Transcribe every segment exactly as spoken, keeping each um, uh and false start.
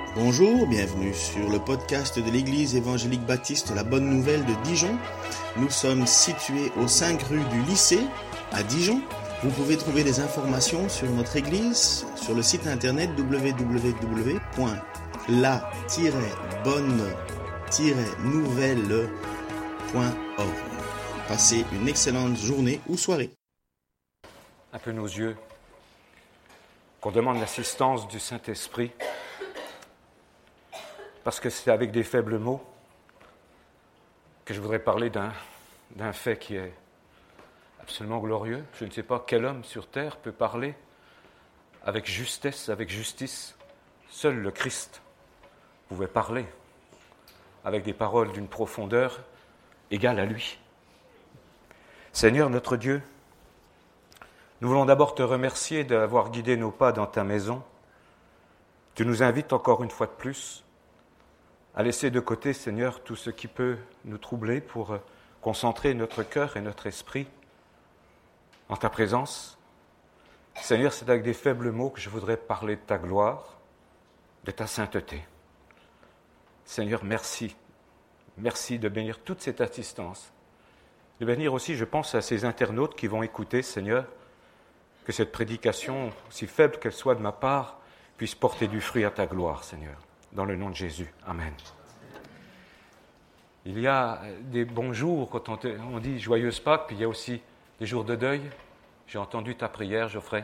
Bonjour, bienvenue sur le podcast de l'Église évangélique baptiste La Bonne Nouvelle de Dijon. Nous sommes situés aux cinq rue du Lycée à Dijon. Vous pouvez trouver des informations sur notre Église sur le site internet w w w point la tiret bonne tiret nouvelle point org. Passez une excellente journée ou soirée. Un peu nos yeux, qu'on demande l'assistance du Saint-Esprit, parce que c'est avec des faibles mots que je voudrais parler d'un, d'un fait qui est absolument glorieux. Je ne sais pas quel homme sur terre peut parler avec justesse, avec justice. Seul le Christ pouvait parler avec des paroles d'une profondeur égale à lui. Seigneur notre Dieu, nous voulons d'abord te remercier d'avoir guidé nos pas dans ta maison. Tu nous invites encore une fois de plus à laisser de côté, Seigneur, tout ce qui peut nous troubler pour concentrer notre cœur et notre esprit en ta présence. Seigneur, c'est avec des faibles mots que je voudrais parler de ta gloire, de ta sainteté. Seigneur, merci. Merci de bénir toute cette assistance. De bénir aussi, je pense, à ces internautes qui vont écouter, Seigneur, que cette prédication, aussi faible qu'elle soit de ma part, puisse porter du fruit à ta gloire, Seigneur. Dans le nom de Jésus. Amen. Il y a des bons jours quand on, te, on dit joyeuse Pâques, puis il y a aussi des jours de deuil. J'ai entendu ta prière, Geoffrey.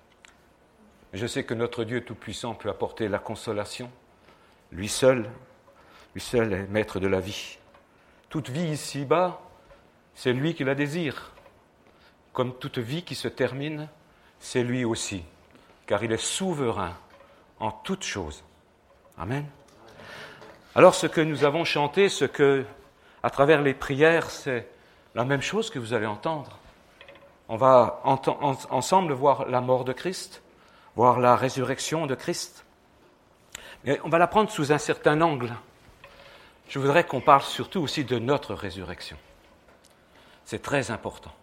Je sais que notre Dieu Tout-Puissant peut apporter la consolation. Lui seul, lui seul est maître de la vie. Toute vie ici-bas, c'est lui qui la désire. Comme toute vie qui se termine, c'est lui aussi, car il est souverain en toutes choses. Amen. Alors ce que nous avons chanté, ce que, à travers les prières, c'est la même chose que vous allez entendre. On va ent- en- ensemble voir la mort de Christ, voir la résurrection de Christ. Mais on va la prendre sous un certain angle. Je voudrais qu'on parle surtout aussi de notre résurrection. C'est très important.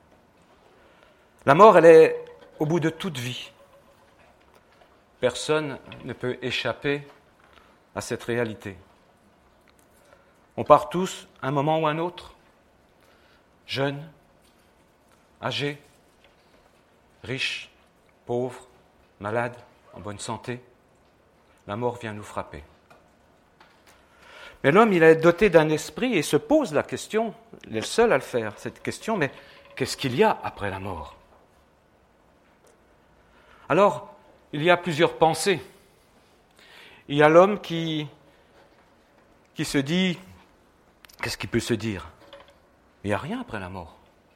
La mort, elle est au bout de toute vie. Personne ne peut échapper à cette réalité. On part tous, un moment ou un autre, jeunes, âgés, riches, pauvres, malades, en bonne santé. La mort vient nous frapper. Mais l'homme, il est doté d'un esprit et se pose la question, il est le seul à le faire, cette question, mais qu'est-ce qu'il y a après la mort ? Alors, il y a plusieurs pensées. Il y a l'homme qui, qui se dit, qu'est-ce qu'il peut se dire ? Il n'y a rien après la mort.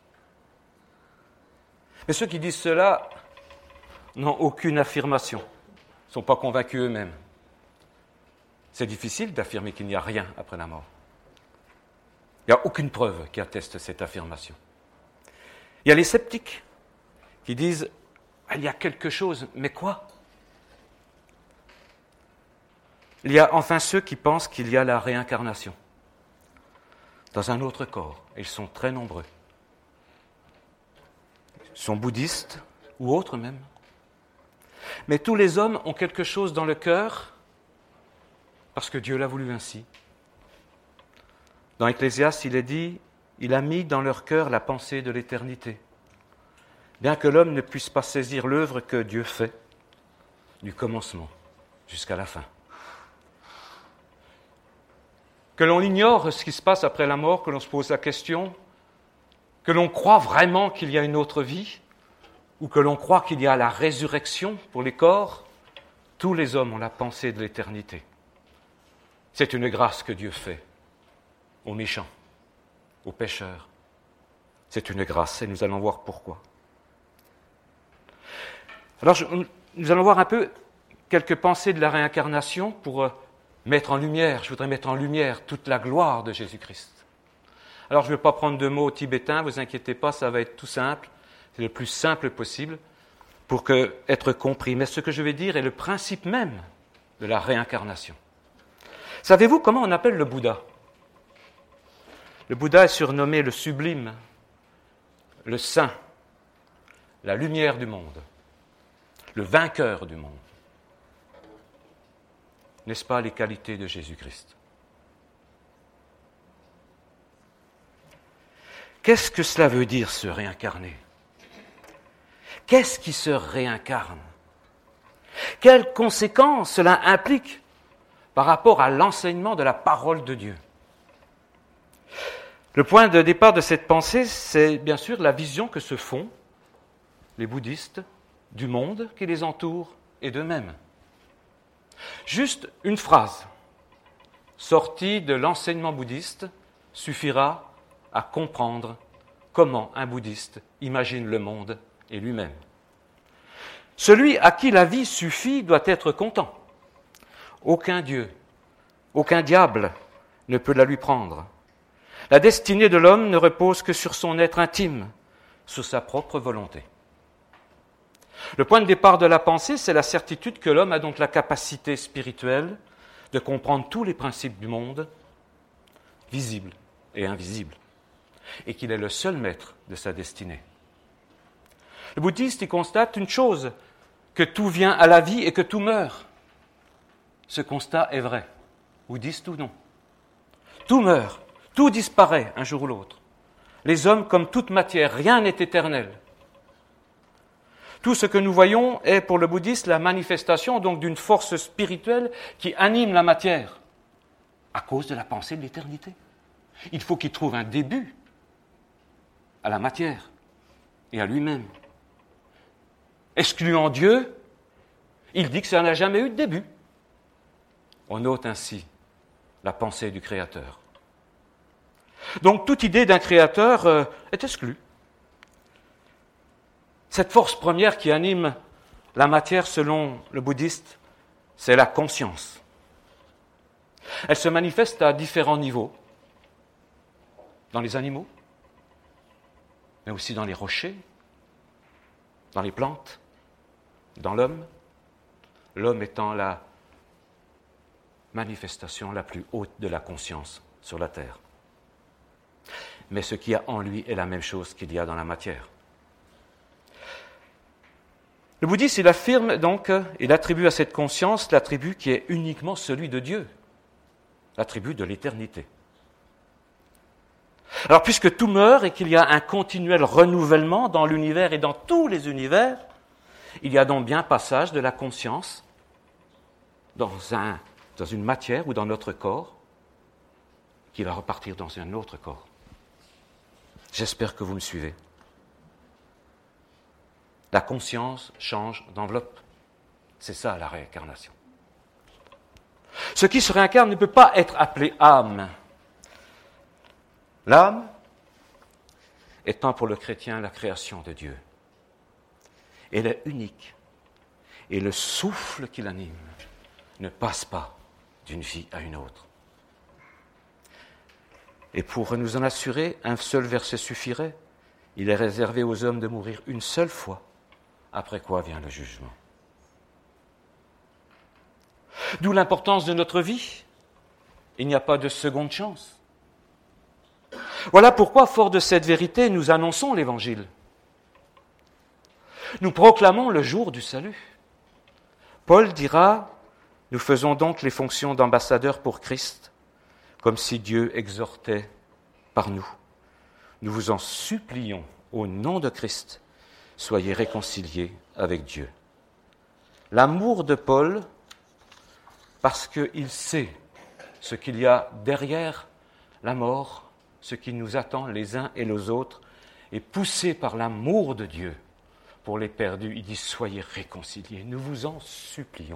Mais ceux qui disent cela n'ont aucune affirmation, ne sont pas convaincus eux-mêmes. C'est difficile d'affirmer qu'il n'y a rien après la mort. Il n'y a aucune preuve qui atteste cette affirmation. Il y a les sceptiques qui disent, il y a quelque chose, mais quoi ? Il y a enfin ceux qui pensent qu'il y a la réincarnation dans un autre corps. Et ils sont très nombreux. Ils sont bouddhistes ou autres même. Mais tous les hommes ont quelque chose dans le cœur parce que Dieu l'a voulu ainsi. Dans Ecclésiaste, il est dit, il a mis dans leur cœur la pensée de l'éternité. Bien que l'homme ne puisse pas saisir l'œuvre que Dieu fait, du commencement jusqu'à la fin. Que l'on ignore ce qui se passe après la mort, que l'on se pose la question, que l'on croit vraiment qu'il y a une autre vie, ou que l'on croit qu'il y a la résurrection pour les corps, tous les hommes ont la pensée de l'éternité. C'est une grâce que Dieu fait aux méchants, aux pécheurs. C'est une grâce, et nous allons voir pourquoi. Alors, je, nous allons voir un peu quelques pensées de la réincarnation pour mettre en lumière, je voudrais mettre en lumière toute la gloire de Jésus-Christ. Alors, je ne vais pas prendre de mots tibétains, vous inquiétez pas, ça va être tout simple, c'est le plus simple possible pour que, être compris. Mais ce que je vais dire est le principe même de la réincarnation. Savez-vous comment on appelle le Bouddha ? Le Bouddha est surnommé le sublime, le saint, la lumière du monde, le vainqueur du monde. n'est-ce pas, les qualités de Jésus-Christ? Qu'est-ce que cela veut dire, se réincarner? Qu'est-ce qui se réincarne? Quelles conséquences cela implique par rapport à l'enseignement de la parole de Dieu? Le point de départ de cette pensée, c'est bien sûr la vision que se font les bouddhistes du monde qui les entoure et d'eux-mêmes. Juste une phrase sortie de l'enseignement bouddhiste suffira à comprendre comment un bouddhiste imagine le monde et lui-même. Celui à qui la vie suffit doit être content. Aucun dieu, aucun diable ne peut la lui prendre. La destinée de l'homme ne repose que sur son être intime, sur sa propre volonté. Le point de départ de la pensée, c'est la certitude que l'homme a donc la capacité spirituelle de comprendre tous les principes du monde, visibles et invisibles, et qu'il est le seul maître de sa destinée. Le bouddhiste y constate une chose, que tout vient à la vie et que tout meurt. Ce constat est vrai, bouddhiste ou non. Tout meurt, tout disparaît un jour ou l'autre. Les hommes, comme toute matière, rien n'est éternel. Tout ce que nous voyons est pour le bouddhiste la manifestation donc d'une force spirituelle qui anime la matière à cause de la pensée de l'éternité. Il faut qu'il trouve un début à la matière et à lui-même. Excluant Dieu, il dit que ça n'a jamais eu de début. On ôte ainsi la pensée du Créateur. Donc toute idée d'un Créateur euh, est exclue. Cette force première qui anime la matière, selon le bouddhiste, c'est la conscience. Elle se manifeste à différents niveaux, dans les animaux, mais aussi dans les rochers, dans les plantes, dans l'homme, l'homme étant la manifestation la plus haute de la conscience sur la terre. Mais ce qu'il y a en lui est la même chose qu'il y a dans la matière. Le bouddhiste, il affirme donc, il attribue à cette conscience l'attribut qui est uniquement celui de Dieu, l'attribut de l'éternité. Alors, puisque tout meurt et qu'il y a un continuel renouvellement dans l'univers et dans tous les univers, il y a donc bien passage de la conscience dans, un, dans une matière ou dans notre corps qui va repartir dans un autre corps. J'espère que vous me suivez. La conscience change d'enveloppe. C'est ça la réincarnation. Ce qui se réincarne ne peut pas être appelé âme. L'âme étant pour le chrétien la création de Dieu. Elle est unique. Et le souffle qui l'anime ne passe pas d'une vie à une autre. Et pour nous en assurer, un seul verset suffirait. Il est réservé aux hommes de mourir une seule fois, après quoi vient le jugement. D'où l'importance de notre vie. Il n'y a pas de seconde chance. Voilà pourquoi, fort de cette vérité, nous annonçons l'Évangile. Nous proclamons le jour du salut. Paul dira, nous faisons donc les fonctions d'ambassadeurs pour Christ, comme si Dieu exhortait par nous. Nous vous en supplions, au nom de Christ, soyez réconciliés avec Dieu. L'amour de Paul, parce qu'il sait ce qu'il y a derrière la mort, ce qui nous attend les uns et les autres, est poussé par l'amour de Dieu pour les perdus. Il dit, soyez réconciliés, nous vous en supplions.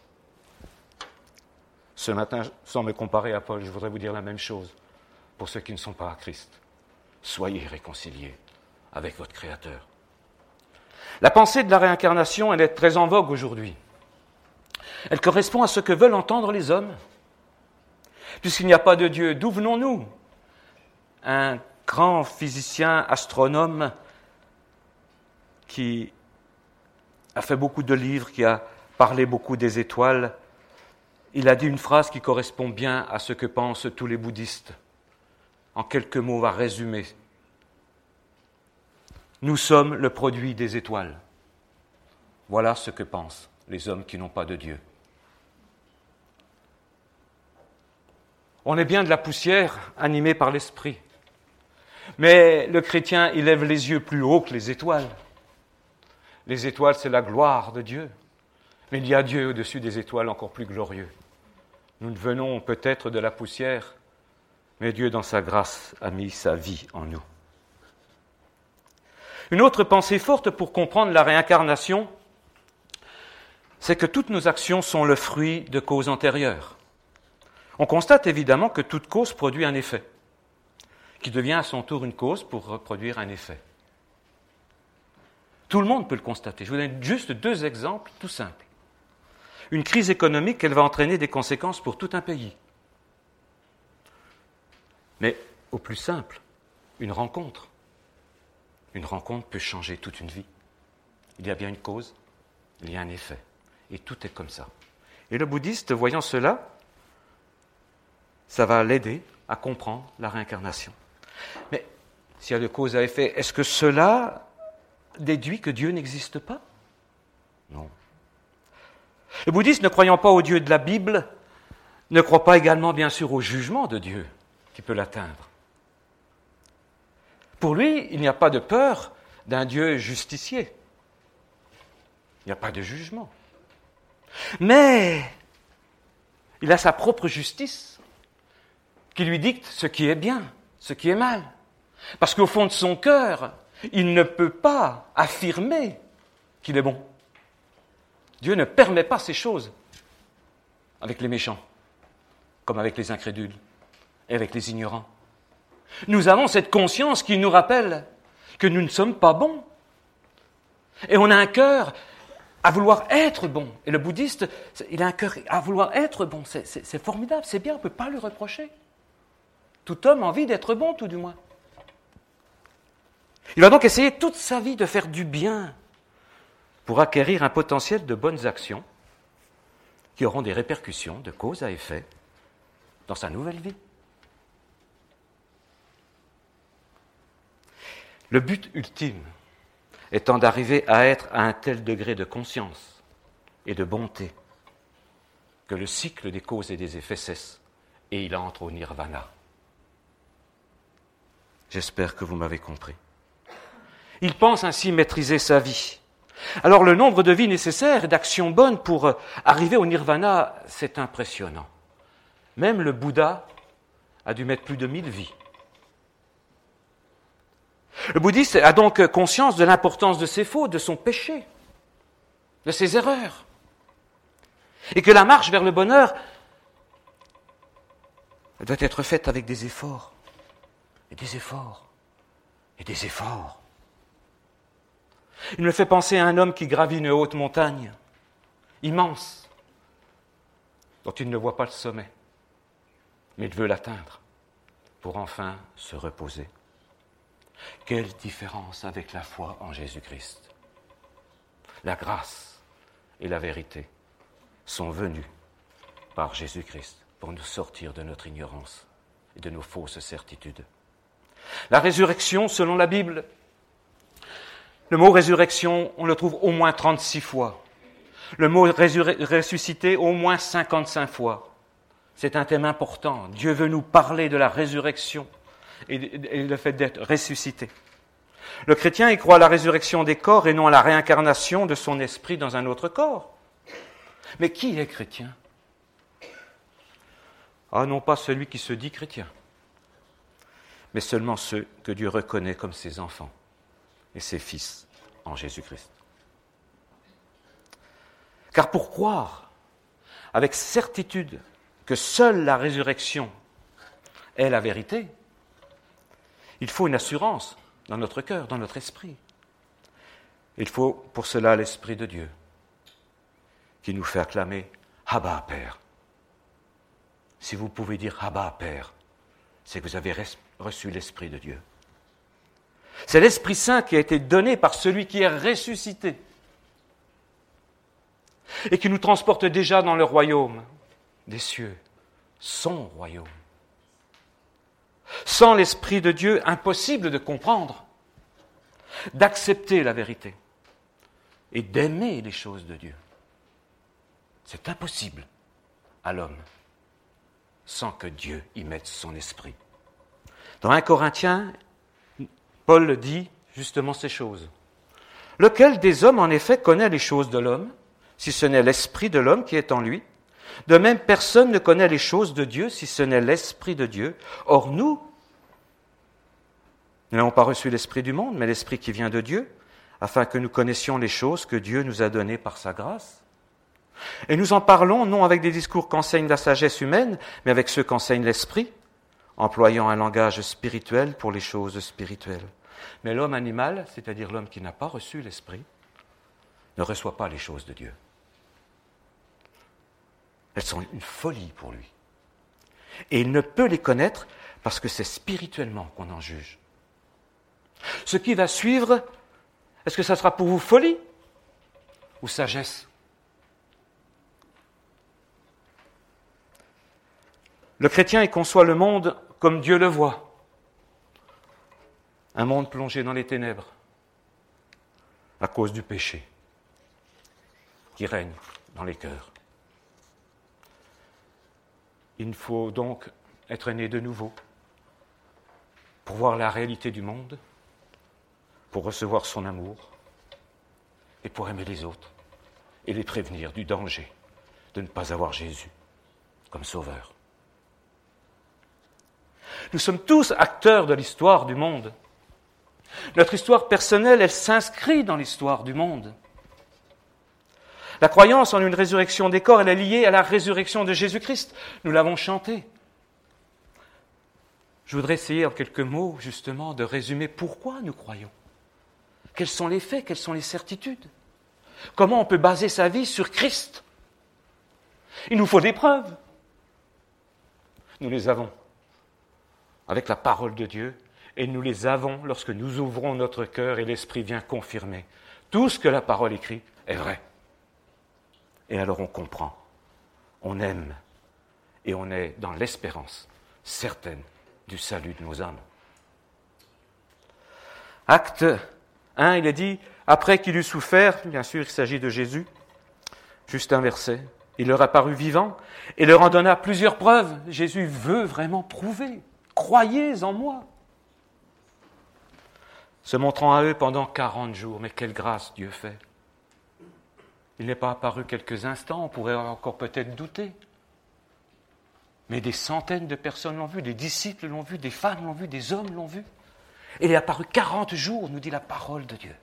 Ce matin, sans me comparer à Paul, je voudrais vous dire la même chose pour ceux qui ne sont pas à Christ. Soyez réconciliés avec votre Créateur. La pensée de la réincarnation, elle est très en vogue aujourd'hui. Elle correspond à ce que veulent entendre les hommes. Puisqu'il n'y a pas de Dieu, d'où venons-nous ? Un grand physicien, astronome, qui a fait beaucoup de livres, qui a parlé beaucoup des étoiles, il a dit une phrase qui correspond bien à ce que pensent tous les bouddhistes. En quelques mots, on va résumer. Nous sommes le produit des étoiles. Voilà ce que pensent les hommes qui n'ont pas de Dieu. On est bien de la poussière animée par l'esprit. Mais le chrétien, il lève les yeux plus haut que les étoiles. Les étoiles, c'est la gloire de Dieu. Mais il y a Dieu au-dessus des étoiles encore plus glorieux. Nous venons peut-être de la poussière, mais Dieu, dans sa grâce, a mis sa vie en nous. Une autre pensée forte pour comprendre la réincarnation, c'est que toutes nos actions sont le fruit de causes antérieures. On constate évidemment que toute cause produit un effet, qui devient à son tour une cause pour produire un effet. Tout le monde peut le constater. Je vous donne juste deux exemples tout simples. Une crise économique, elle va entraîner des conséquences pour tout un pays. Mais au plus simple, une rencontre. Une rencontre peut changer toute une vie. Il y a bien une cause, il y a un effet. Et tout est comme ça. Et le bouddhiste, voyant cela, ça va l'aider à comprendre la réincarnation. Mais s'il y a de cause à effet, est-ce que cela déduit que Dieu n'existe pas? Non. Le bouddhiste, ne croyant pas au Dieu de la Bible, ne croit pas également, bien sûr, au jugement de Dieu qui peut l'atteindre. Pour lui, il n'y a pas de peur d'un Dieu justicier. Il n'y a pas de jugement. Mais il a sa propre justice qui lui dicte ce qui est bien, ce qui est mal. Parce qu'au fond de son cœur, il ne peut pas affirmer qu'il est bon. Dieu ne permet pas ces choses avec les méchants, comme avec les incrédules et avec les ignorants. Nous avons cette conscience qui nous rappelle que nous ne sommes pas bons. Et on a un cœur à vouloir être bon. Et le bouddhiste, il a un cœur à vouloir être bon. C'est, c'est, c'est formidable, c'est bien, on ne peut pas lui reprocher. Tout homme a envie d'être bon, tout du moins. Il va donc essayer toute sa vie de faire du bien pour acquérir un potentiel de bonnes actions qui auront des répercussions de cause à effet dans sa nouvelle vie. Le but ultime étant d'arriver à être à un tel degré de conscience et de bonté que le cycle des causes et des effets cesse et il entre au nirvana. J'espère que vous m'avez compris. Il pense ainsi maîtriser sa vie. Alors le nombre de vies nécessaires et d'actions bonnes pour arriver au nirvana, c'est impressionnant. Même le Bouddha a dû mettre plus de mille vies. Le bouddhiste a donc conscience de l'importance de ses fautes, de son péché, de ses erreurs. Et que la marche vers le bonheur doit être faite avec des efforts, et des efforts, et des efforts. Il me fait penser à un homme qui gravit une haute montagne, immense, dont il ne voit pas le sommet, mais il veut l'atteindre pour enfin se reposer. Quelle différence avec la foi en Jésus-Christ. La grâce et la vérité sont venues par Jésus-Christ pour nous sortir de notre ignorance et de nos fausses certitudes. La résurrection, selon la Bible, le mot résurrection, on le trouve au moins trente-six fois. Le mot résur- ressuscité, au moins cinquante-cinq fois. C'est un thème important. Dieu veut nous parler de la résurrection et, et le fait d'être ressuscité. Le chrétien, il croit à la résurrection des corps et non à la réincarnation de son esprit dans un autre corps. Mais qui est chrétien? Ah, non pas celui qui se dit chrétien, mais seulement ceux que Dieu reconnaît comme ses enfants et ses fils en Jésus-Christ. Car pour croire avec certitude que seule la résurrection est la vérité, il faut une assurance dans notre cœur, dans notre esprit. Il faut pour cela l'Esprit de Dieu qui nous fait acclamer « Abba, Père ». Si vous pouvez dire « Abba, Père », c'est que vous avez reçu l'Esprit de Dieu. C'est l'Esprit Saint qui a été donné par celui qui est ressuscité et qui nous transporte déjà dans le royaume des cieux, son royaume. Sans l'Esprit de Dieu, impossible de comprendre, d'accepter la vérité et d'aimer les choses de Dieu. C'est impossible à l'homme sans que Dieu y mette son esprit. Dans un Corinthiens, Paul dit justement ces choses. Lequel des hommes, en effet, connaît les choses de l'homme, si ce n'est l'esprit de l'homme qui est en lui? De même, personne ne connaît les choses de Dieu, si ce n'est l'esprit de Dieu. Or, nous, nous n'avons pas reçu l'esprit du monde, mais l'esprit qui vient de Dieu, afin que nous connaissions les choses que Dieu nous a données par sa grâce. Et nous en parlons non avec des discours qu'enseigne la sagesse humaine, mais avec ceux qu'enseigne l'esprit, employant un langage spirituel pour les choses spirituelles. Mais l'homme animal, c'est-à-dire l'homme qui n'a pas reçu l'esprit, ne reçoit pas les choses de Dieu. Elles sont une folie pour lui. Et il ne peut les connaître parce que c'est spirituellement qu'on en juge. Ce qui va suivre, est-ce que ça sera pour vous folie ou sagesse? Le chrétien, il conçoit le monde comme Dieu le voit. Un monde plongé dans les ténèbres à cause du péché qui règne dans les cœurs. Il faut donc être né de nouveau pour voir la réalité du monde, pour recevoir son amour et pour aimer les autres et les prévenir du danger de ne pas avoir Jésus comme sauveur. Nous sommes tous acteurs de l'histoire du monde. Notre histoire personnelle, elle s'inscrit dans l'histoire du monde. La croyance en une résurrection des corps, elle est liée à la résurrection de Jésus-Christ. Nous l'avons chanté. Je voudrais essayer en quelques mots, justement, de résumer pourquoi nous croyons. Quels sont les faits, quelles sont les certitudes? Comment on peut baser sa vie sur Christ? Il nous faut des preuves. Nous les avons avec la parole de Dieu, et nous les avons lorsque nous ouvrons notre cœur et l'Esprit vient confirmer. Tout ce que la parole écrit est vrai. Et alors on comprend, on aime, et on est dans l'espérance certaine du salut de nos âmes. Acte un, il est dit, après qu'il eut souffert, bien sûr il s'agit de Jésus, juste un verset, il leur apparut vivant et leur en donna plusieurs preuves. Jésus veut vraiment prouver. Croyez en moi. Se montrant à eux pendant quarante jours, mais quelle grâce Dieu fait. Il n'est pas apparu quelques instants, on pourrait encore peut-être douter. Mais des centaines de personnes l'ont vu, des disciples l'ont vu, des femmes l'ont vu, des hommes l'ont vu. Et il est apparu quarante jours, nous dit la parole de Dieu.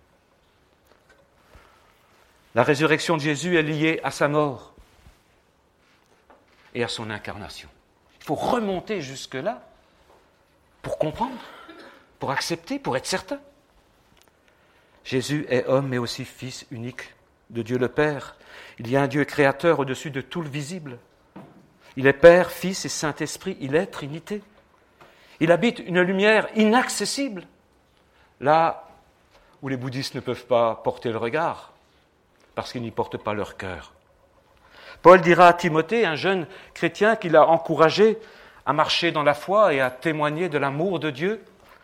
La résurrection de Jésus est liée à sa mort et à son incarnation. Il faut remonter jusque-là pour comprendre, pour accepter, pour être certain. Jésus est homme, mais aussi fils unique de Dieu le Père. Il y a un Dieu créateur au-dessus de tout le visible. Il est Père, Fils et Saint-Esprit. Il est Trinité. Il habite une lumière inaccessible, là où les bouddhistes ne peuvent pas porter le regard, parce qu'ils n'y portent pas leur cœur. Paul dira à Timothée, un jeune chrétien qu'il a encouragé à marcher dans la foi et à témoigner de l'amour de Dieu,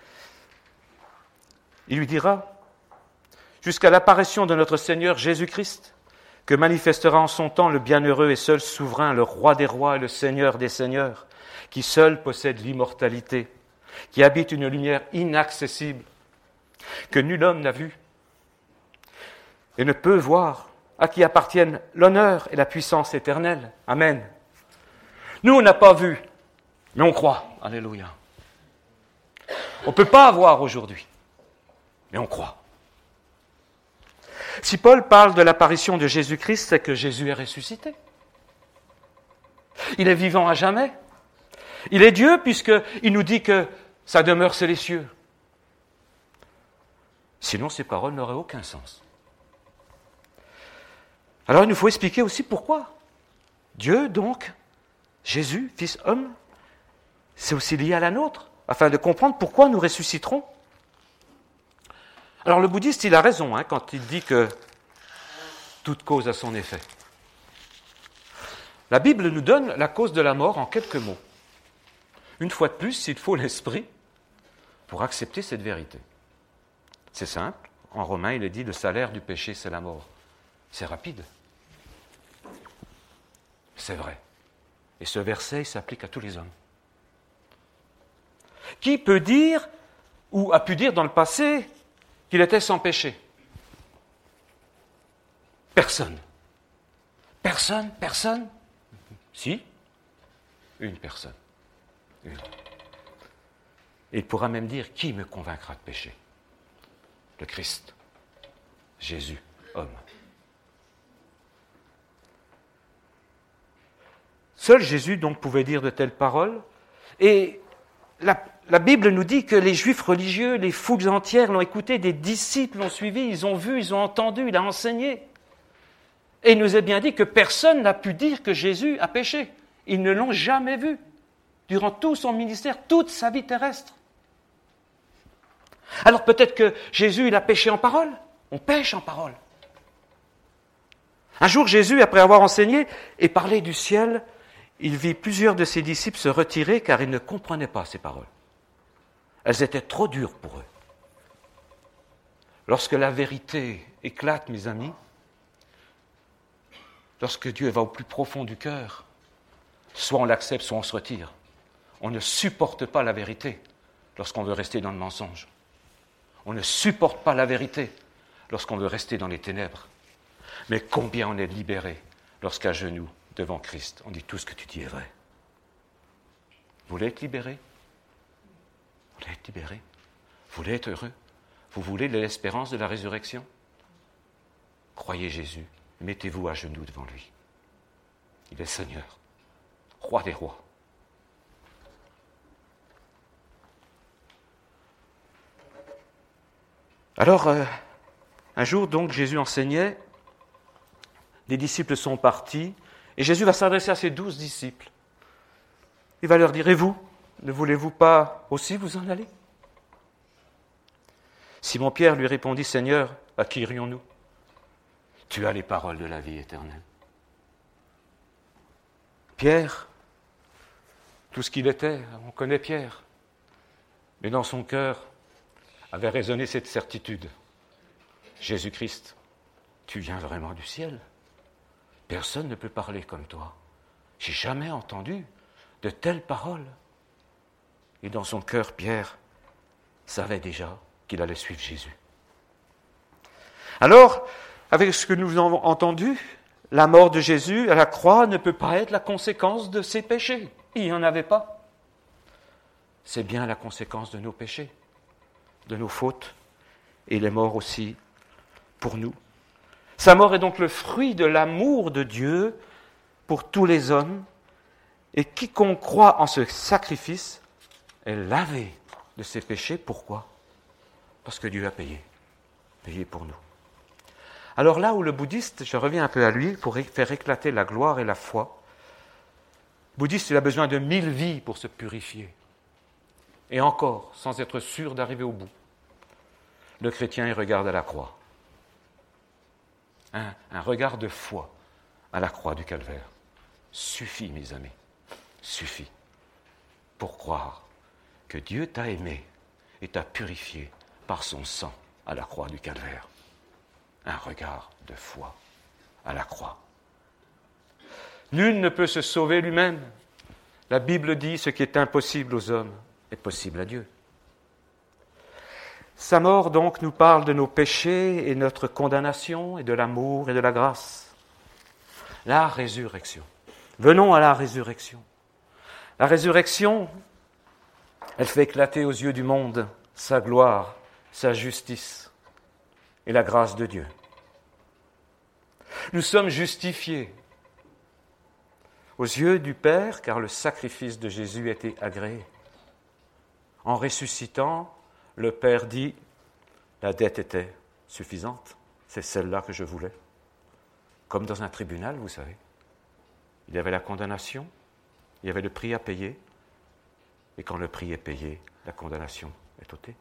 il lui dira, jusqu'à l'apparition de notre Seigneur Jésus-Christ, que manifestera en son temps le bienheureux et seul souverain, le roi des rois et le seigneur des seigneurs, qui seul possède l'immortalité, qui habite une lumière inaccessible, que nul homme n'a vue et ne peut voir, à qui appartiennent l'honneur et la puissance éternelle. Amen. Nous, on n'a pas vu, mais on croit. Alléluia. On ne peut pas avoir aujourd'hui, mais on croit. Si Paul parle de l'apparition de Jésus-Christ, c'est que Jésus est ressuscité. Il est vivant à jamais. Il est Dieu puisqu'il nous dit que sa demeure, c'est les cieux. Sinon, ces paroles n'auraient aucun sens. Alors, il nous faut expliquer aussi pourquoi. Dieu, donc, Jésus, Fils homme, c'est aussi lié à la nôtre, afin de comprendre pourquoi nous ressusciterons. Alors, le bouddhiste, il a raison hein, quand il dit que toute cause a son effet. La Bible nous donne la cause de la mort en quelques mots. Une fois de plus, il faut l'esprit pour accepter cette vérité. C'est simple. En Romains, il est dit, le salaire du péché, c'est la mort. C'est rapide. C'est vrai. Et ce verset s'applique à tous les hommes. Qui peut dire, ou a pu dire dans le passé, qu'il était sans péché? Personne. Personne, personne. Si, une personne. Une. Et il pourra même dire, qui me convaincra de péché? Le Christ, Jésus, homme. Seul Jésus donc pouvait dire de telles paroles, et la, la Bible nous dit que les Juifs religieux, les foules entières l'ont écouté, des disciples l'ont suivi, ils ont vu, ils ont entendu, il a enseigné. Et il nous est bien dit que personne n'a pu dire que Jésus a péché. Ils ne l'ont jamais vu, durant tout son ministère, toute sa vie terrestre. Alors peut-être que Jésus, il a péché en parole. On pêche en parole. Un jour, Jésus, après avoir enseigné et parlé du ciel, il vit plusieurs de ses disciples se retirer car ils ne comprenaient pas ces paroles. Elles étaient trop dures pour eux. Lorsque la vérité éclate, mes amis, lorsque Dieu va au plus profond du cœur, soit on l'accepte, soit on se retire. On ne supporte pas la vérité lorsqu'on veut rester dans le mensonge. On ne supporte pas la vérité lorsqu'on veut rester dans les ténèbres. Mais combien on est libéré lorsqu'à genoux, devant Christ, on dit tout ce que tu dis est vrai. Vous voulez être libéré? Vous voulez être libéré? Vous voulez être heureux? Vous voulez l'espérance de la résurrection? Croyez Jésus, mettez-vous à genoux devant lui. Il est Seigneur, Roi des rois. Alors, euh, un jour donc, Jésus enseignait, les disciples sont partis, et Jésus va s'adresser à ses douze disciples. Il va leur dire, et vous, ne voulez-vous pas aussi vous en aller? Simon-Pierre lui répondit, Seigneur, à qui irions-nous? Tu as les paroles de la vie éternelle. Pierre, tout ce qu'il était, on connaît Pierre, mais dans son cœur avait résonné cette certitude. Jésus-Christ, tu viens vraiment du ciel. Personne ne peut parler comme toi. J'ai jamais entendu de telles paroles. Et dans son cœur, Pierre savait déjà qu'il allait suivre Jésus. Alors, avec ce que nous avons entendu, la mort de Jésus à la croix ne peut pas être la conséquence de ses péchés. Il n'y en avait pas. C'est bien la conséquence de nos péchés, de nos fautes, et il est mort aussi pour nous. Sa mort est donc le fruit de l'amour de Dieu pour tous les hommes, et quiconque croit en ce sacrifice est lavé de ses péchés. Pourquoi? Parce que Dieu a payé, payé pour nous. Alors là où le bouddhiste, je reviens un peu à lui, pour faire éclater la gloire et la foi, le bouddhiste, il a besoin de mille vies pour se purifier, et encore, sans être sûr d'arriver au bout. Le chrétien, il regarde à la croix. Un, un regard de foi à la croix du calvaire suffit, mes amis, suffit pour croire que Dieu t'a aimé et t'a purifié par son sang à la croix du calvaire. Un regard de foi à la croix. Nul ne peut se sauver lui-même. La Bible dit ce qui est impossible aux hommes est possible à Dieu. Sa mort, donc, nous parle de nos péchés et notre condamnation et de l'amour et de la grâce. La résurrection. Venons à la résurrection. La résurrection, elle fait éclater aux yeux du monde sa gloire, sa justice et la grâce de Dieu. Nous sommes justifiés aux yeux du Père, car le sacrifice de Jésus a été agréé. En ressuscitant, le Père dit, la dette était suffisante, c'est celle-là que je voulais. Comme dans un tribunal, vous savez. Il y avait la condamnation, il y avait le prix à payer, et quand le prix est payé, la condamnation est ôtée.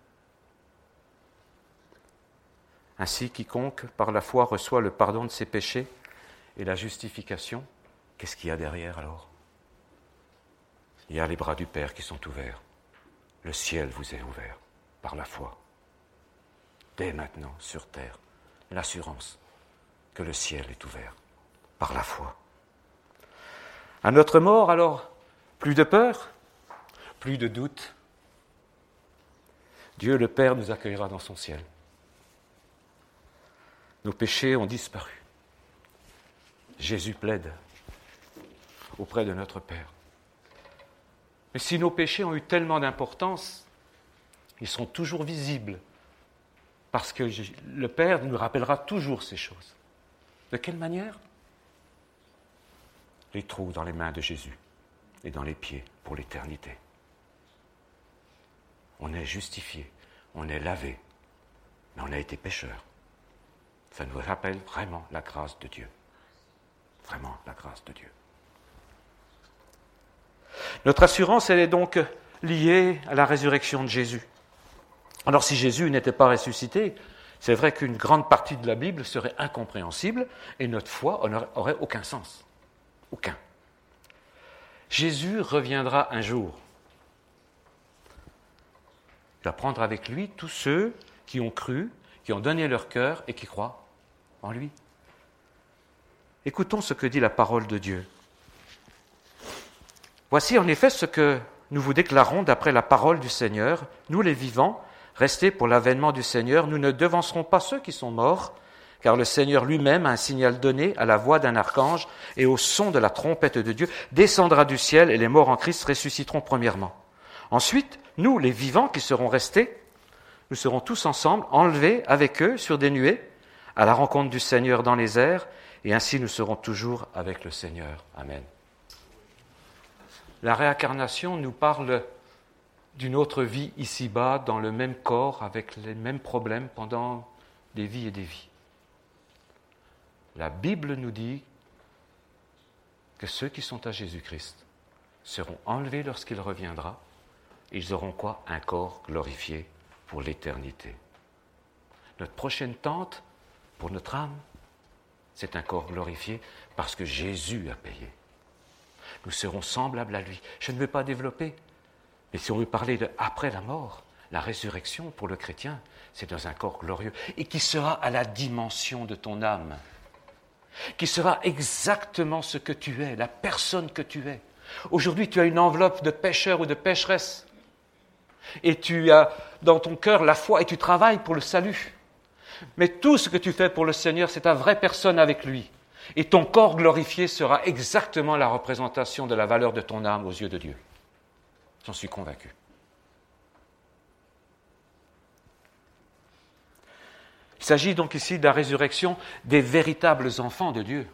Ainsi, quiconque, par la foi, reçoit le pardon de ses péchés et la justification, qu'est-ce qu'il y a derrière alors? Il y a les bras du Père qui sont ouverts. Le ciel vous est ouvert par la foi. Dès maintenant, sur terre, l'assurance que le ciel est ouvert par la foi. À notre mort, alors, plus de peur, plus de doute. Dieu le Père nous accueillera dans son ciel. Nos péchés ont disparu. Jésus plaide auprès de notre Père. Mais si nos péchés ont eu tellement d'importance, ils seront toujours visibles, parce que le Père nous rappellera toujours ces choses. De quelle manière ? Les trous dans les mains de Jésus et dans les pieds pour l'éternité. On est justifié, on est lavé, mais on a été pécheur. Ça nous rappelle vraiment la grâce de Dieu. Vraiment la grâce de Dieu. Notre assurance, elle est donc liée à la résurrection de Jésus. Alors si Jésus n'était pas ressuscité, c'est vrai qu'une grande partie de la Bible serait incompréhensible et notre foi n'aurait aucun sens. Aucun. Jésus reviendra un jour. Il va prendre avec lui tous ceux qui ont cru, qui ont donné leur cœur et qui croient en lui. Écoutons ce que dit la parole de Dieu. Voici en effet ce que nous vous déclarons d'après la parole du Seigneur. Nous les vivants, restés pour l'avènement du Seigneur, nous ne devancerons pas ceux qui sont morts, car le Seigneur lui-même, à un signal donné, à la voix d'un archange et au son de la trompette de Dieu, descendra du ciel et les morts en Christ ressusciteront premièrement. Ensuite, nous, les vivants qui serons restés, nous serons tous ensemble enlevés avec eux sur des nuées, à la rencontre du Seigneur dans les airs, et ainsi nous serons toujours avec le Seigneur. Amen. La réincarnation nous parle d'une autre vie ici-bas, dans le même corps, avec les mêmes problèmes pendant des vies et des vies. La Bible nous dit que ceux qui sont à Jésus-Christ seront enlevés lorsqu'il reviendra. Ils auront quoi ? Un corps glorifié pour l'éternité. Notre prochaine tente pour notre âme, c'est un corps glorifié parce que Jésus a payé. Nous serons semblables à lui. Je ne veux pas développer, mais si on veut parler de après la mort, la résurrection pour le chrétien, c'est dans un corps glorieux et qui sera à la dimension de ton âme, qui sera exactement ce que tu es, la personne que tu es. Aujourd'hui, tu as une enveloppe de pécheur ou de pécheresse et tu as dans ton cœur la foi et tu travailles pour le salut. Mais tout ce que tu fais pour le Seigneur, c'est ta vraie personne avec lui. Et ton corps glorifié sera exactement la représentation de la valeur de ton âme aux yeux de Dieu. J'en suis convaincu. Il s'agit donc ici de la résurrection des véritables enfants de Dieu.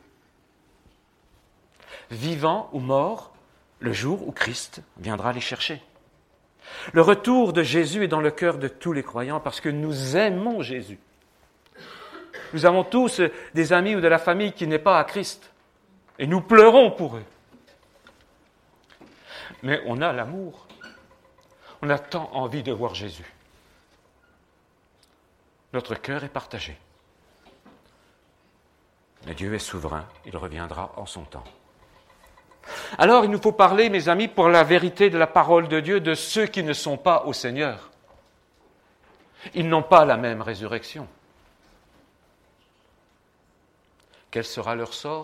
Vivants ou morts, le jour où Christ viendra les chercher. Le retour de Jésus est dans le cœur de tous les croyants parce que nous aimons Jésus. Nous avons tous des amis ou de la famille qui n'est pas à Christ. Et nous pleurons pour eux. Mais on a l'amour. On a tant envie de voir Jésus. Notre cœur est partagé. Mais Dieu est souverain. Il reviendra en son temps. Alors, il nous faut parler, mes amis, pour la vérité de la parole de Dieu, de ceux qui ne sont pas au Seigneur. Ils n'ont pas la même résurrection. Quel sera leur sort ?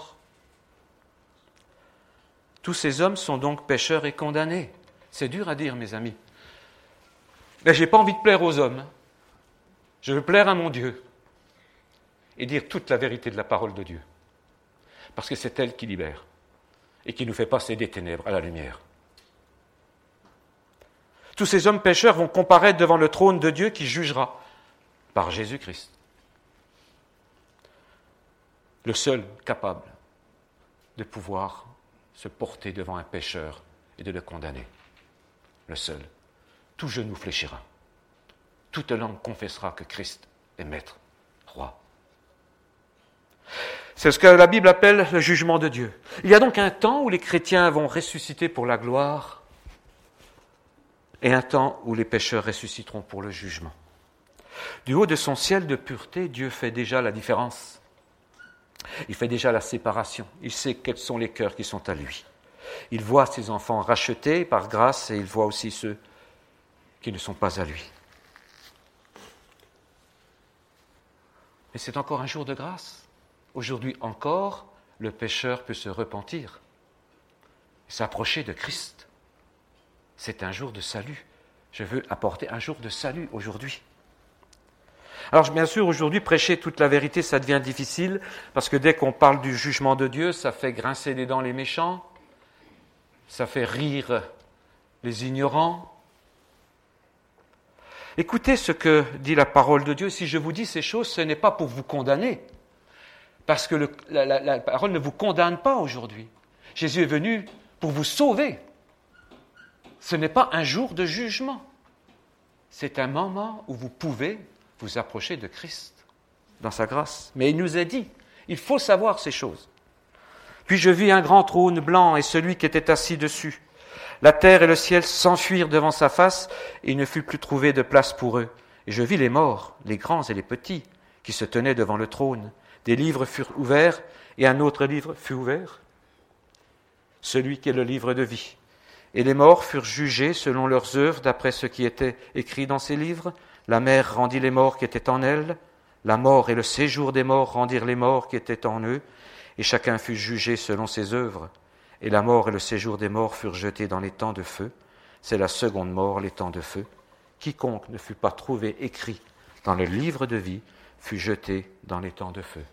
Tous ces hommes sont donc pécheurs et condamnés. C'est dur à dire, mes amis. Mais je n'ai pas envie de plaire aux hommes. Je veux plaire à mon Dieu et dire toute la vérité de la parole de Dieu. Parce que c'est elle qui libère et qui nous fait passer des ténèbres à la lumière. Tous ces hommes pécheurs vont comparaître devant le trône de Dieu qui jugera par Jésus-Christ. Le seul capable de pouvoir se porter devant un pécheur et de le condamner. Le seul. Tout genou fléchira. Toute langue confessera que Christ est maître, roi. C'est ce que la Bible appelle le jugement de Dieu. Il y a donc un temps où les chrétiens vont ressusciter pour la gloire et un temps où les pécheurs ressusciteront pour le jugement. Du haut de son ciel de pureté, Dieu fait déjà la différence. Il fait déjà la séparation. Il sait quels sont les cœurs qui sont à lui. Il voit ses enfants rachetés par grâce et il voit aussi ceux qui ne sont pas à lui. Mais c'est encore un jour de grâce. Aujourd'hui encore, le pécheur peut se repentir. s'approcher de Christ. C'est un jour de salut. Je veux apporter un jour de salut aujourd'hui. Alors bien sûr, aujourd'hui, prêcher toute la vérité, ça devient difficile, parce que dès qu'on parle du jugement de Dieu, ça fait grincer les dents les méchants, ça fait rire les ignorants. Écoutez ce que dit la parole de Dieu. Si je vous dis ces choses, ce n'est pas pour vous condamner, parce que le, la, la, la parole ne vous condamne pas aujourd'hui. Jésus est venu pour vous sauver. Ce n'est pas un jour de jugement. C'est un moment où vous pouvez vous approcher de Christ dans sa grâce. Mais il nous a dit, il faut savoir ces choses. Puis je vis un grand trône blanc et celui qui était assis dessus. La terre et le ciel s'enfuirent devant sa face et il ne fut plus trouvé de place pour eux. Et je vis les morts, les grands et les petits, qui se tenaient devant le trône. Des livres furent ouverts et un autre livre fut ouvert, celui qui est le livre de vie. Et les morts furent jugés selon leurs œuvres, d'après ce qui était écrit dans ces livres. La mer rendit les morts qui étaient en elle. La mort et le séjour des morts rendirent les morts qui étaient en eux. Et chacun fut jugé selon ses œuvres. Et la mort et le séjour des morts furent jetés dans les temps de feu. C'est la seconde mort, les temps de feu. Quiconque ne fut pas trouvé écrit dans le livre de vie fut jeté dans les temps de feu.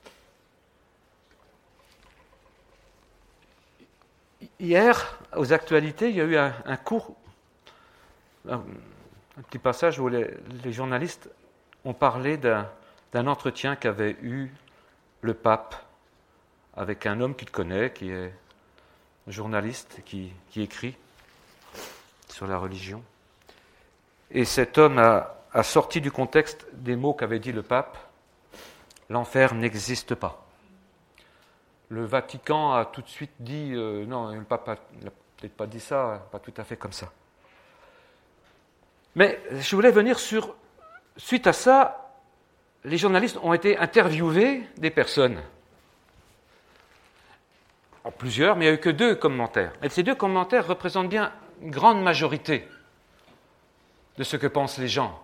Hier, aux actualités, il y a eu un, un court, un, un petit passage où les, les journalistes ont parlé d'un, d'un entretien qu'avait eu le pape avec un homme qu'il connaît, qui est journaliste, qui, qui écrit sur la religion. Et cet homme a, a sorti du contexte des mots qu'avait dit le pape. L'enfer n'existe pas. Le Vatican a tout de suite dit, euh, non, le pape n'a peut-être pas dit ça, pas tout à fait comme ça. Mais je voulais venir sur, suite à ça, les journalistes ont été interviewés des personnes. En plusieurs, mais il n'y a eu que deux commentaires. Et ces deux commentaires représentent bien une grande majorité de ce que pensent les gens.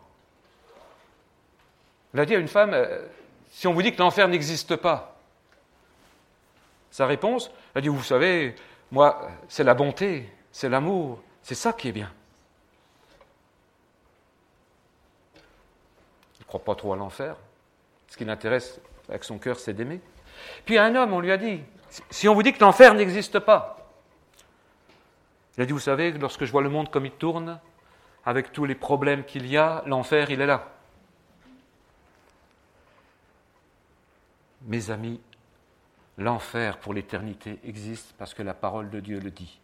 Il a dit à une femme, euh, si on vous dit que l'enfer n'existe pas, sa réponse, elle a dit, vous savez, moi, c'est la bonté, c'est l'amour, c'est ça qui est bien. Il ne croit pas trop à l'enfer. Ce qui l'intéresse avec son cœur, c'est d'aimer. Puis à un homme, on lui a dit, si on vous dit que l'enfer n'existe pas, il a dit, vous savez, lorsque je vois le monde comme il tourne, avec tous les problèmes qu'il y a, l'enfer, il est là. Mes amis, l'enfer pour l'éternité existe parce que la parole de Dieu le dit.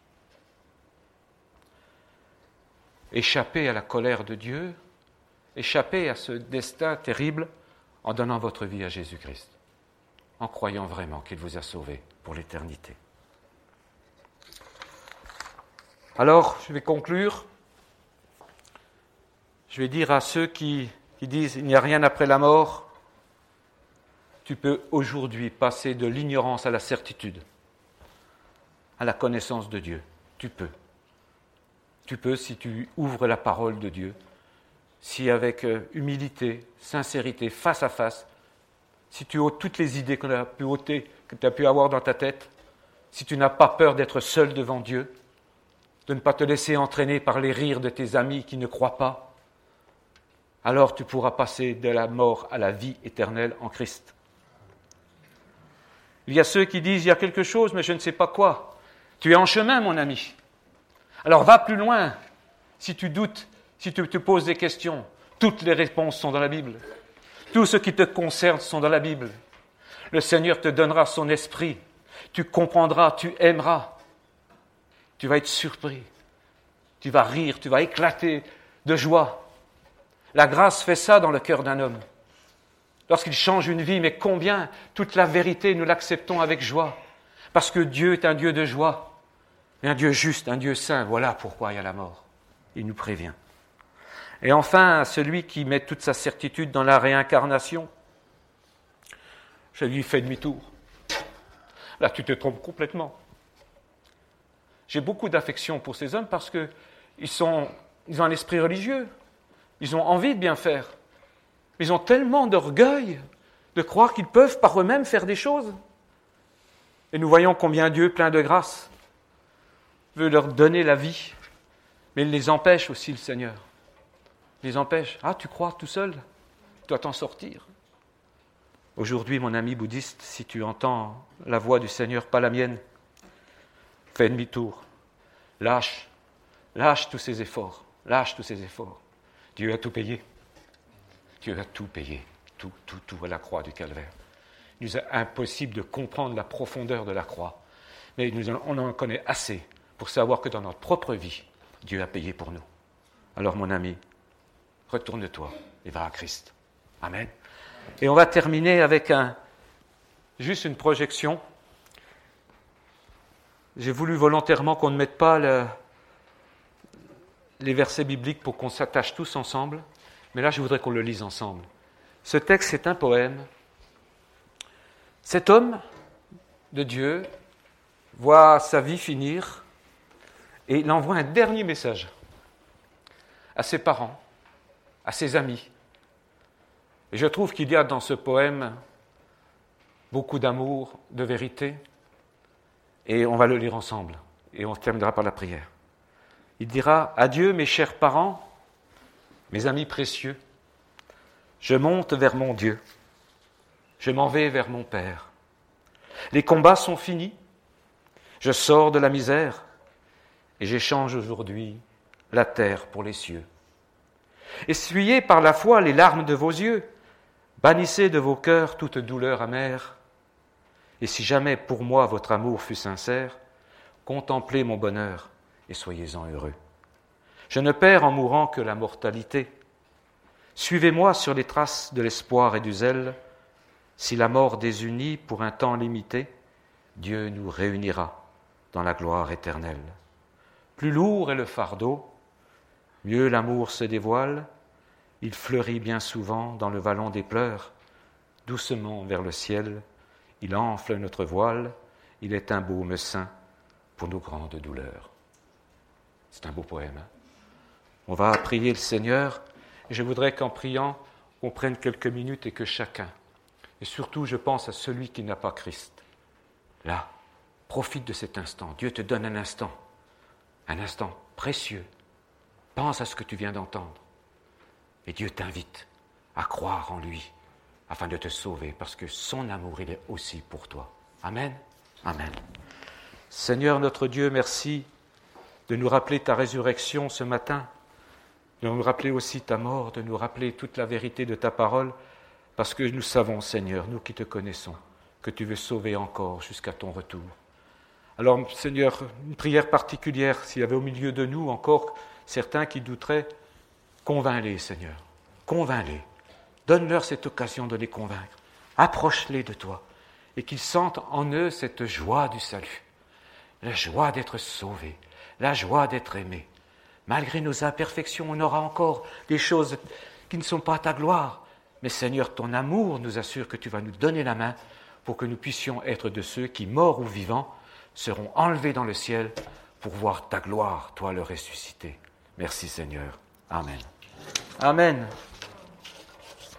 Échappez à la colère de Dieu, échappez à ce destin terrible en donnant votre vie à Jésus-Christ, en croyant vraiment qu'il vous a sauvé pour l'éternité. Alors, je vais conclure. Je vais dire à ceux qui, qui disent « il n'y a rien après la mort », tu peux aujourd'hui passer de l'ignorance à la certitude, à la connaissance de Dieu. Tu peux. Tu peux si tu ouvres la parole de Dieu, si avec humilité, sincérité, face à face, si tu ôtes toutes les idées que tu as pu ôter, que tu as pu avoir dans ta tête, si tu n'as pas peur d'être seul devant Dieu, de ne pas te laisser entraîner par les rires de tes amis qui ne croient pas, alors tu pourras passer de la mort à la vie éternelle en Christ. Il y a ceux qui disent, il y a quelque chose, mais je ne sais pas quoi. Tu es en chemin, mon ami. Alors va plus loin. Si tu doutes, si tu te poses des questions, toutes les réponses sont dans la Bible. Tout ce qui te concerne sont dans la Bible. Le Seigneur te donnera son esprit. Tu comprendras, tu aimeras. Tu vas être surpris. Tu vas rire, tu vas éclater de joie. La grâce fait ça dans le cœur d'un homme. Lorsqu'il change une vie, mais combien toute la vérité nous l'acceptons avec joie. Parce que Dieu est un Dieu de joie, un Dieu juste, un Dieu saint. Voilà pourquoi il y a la mort. Il nous prévient. Et enfin, celui qui met toute sa certitude dans la réincarnation, je lui fais demi-tour. Là, tu te trompes complètement. J'ai beaucoup d'affection pour ces hommes parce qu'ils sont, ils ont un esprit religieux. Ils ont envie de bien faire. Ils ont tellement d'orgueil de croire qu'ils peuvent par eux-mêmes faire des choses. Et nous voyons combien Dieu, plein de grâce, veut leur donner la vie, mais il les empêche aussi, le Seigneur. Il les empêche. Ah, tu crois tout seul? Tu dois t'en sortir. Aujourd'hui, mon ami bouddhiste, si tu entends la voix du Seigneur, pas la mienne, fais demi-tour. Lâche. Lâche tous ces efforts. Lâche tous ces efforts. Dieu a tout payé. Dieu a tout payé. Tout, tout, tout à la croix du Calvaire. Il nous est impossible de comprendre la profondeur de la croix. Mais nous, on en connaît assez pour savoir que dans notre propre vie, Dieu a payé pour nous. Alors, mon ami, retourne-toi et va à Christ. Amen. Et on va terminer avec un, juste une projection. J'ai voulu volontairement qu'on ne mette pas le, les versets bibliques pour qu'on s'attache tous ensemble, mais là je voudrais qu'on le lise ensemble. Ce texte est un poème. Cet homme de Dieu voit sa vie finir et il envoie un dernier message à ses parents, à ses amis. Et je trouve qu'il y a dans ce poème beaucoup d'amour, de vérité, et on va le lire ensemble, et on terminera par la prière. Il dira « Adieu mes chers parents, mes amis précieux, je monte vers mon Dieu, je m'en vais vers mon Père. Les combats sont finis, je sors de la misère, et j'échange aujourd'hui la terre pour les cieux. Essuyez par la foi les larmes de vos yeux, bannissez de vos cœurs toute douleur amère, et si jamais pour moi votre amour fut sincère, contemplez mon bonheur et soyez-en heureux. Je ne perds en mourant que la mortalité. Suivez-moi sur les traces de l'espoir et du zèle. Si la mort désunit pour un temps limité, Dieu nous réunira dans la gloire éternelle. Plus lourd est le fardeau, mieux l'amour se dévoile, il fleurit bien souvent dans le vallon des pleurs, doucement vers le ciel, il enfle notre voile, il est un baume saint pour nos grandes douleurs. C'est un beau poème. Hein? On va prier le Seigneur, et je voudrais qu'en priant, on prenne quelques minutes et que chacun, et surtout je pense à celui qui n'a pas Christ, là, profite de cet instant. Dieu te donne un instant, un instant précieux. Pense à ce que tu viens d'entendre. Et Dieu t'invite à croire en lui, afin de te sauver, parce que son amour, il est aussi pour toi. Amen. Amen. Seigneur notre Dieu, merci de nous rappeler ta résurrection ce matin, de nous rappeler aussi ta mort, de nous rappeler toute la vérité de ta parole, parce que nous savons, Seigneur, nous qui te connaissons, que tu veux sauver encore jusqu'à ton retour. Alors, Seigneur, une prière particulière, s'il y avait au milieu de nous encore certains qui douteraient, convainc-les, Seigneur, convainc-les. Donne-leur cette occasion de les convaincre. Approche-les de toi et qu'ils sentent en eux cette joie du salut, la joie d'être sauvés, la joie d'être aimés. Malgré nos imperfections, on aura encore des choses qui ne sont pas à ta gloire. Mais Seigneur, ton amour nous assure que tu vas nous donner la main pour que nous puissions être de ceux qui, morts ou vivants, seront enlevés dans le ciel pour voir ta gloire, toi le ressuscité. Merci Seigneur. Amen. Amen.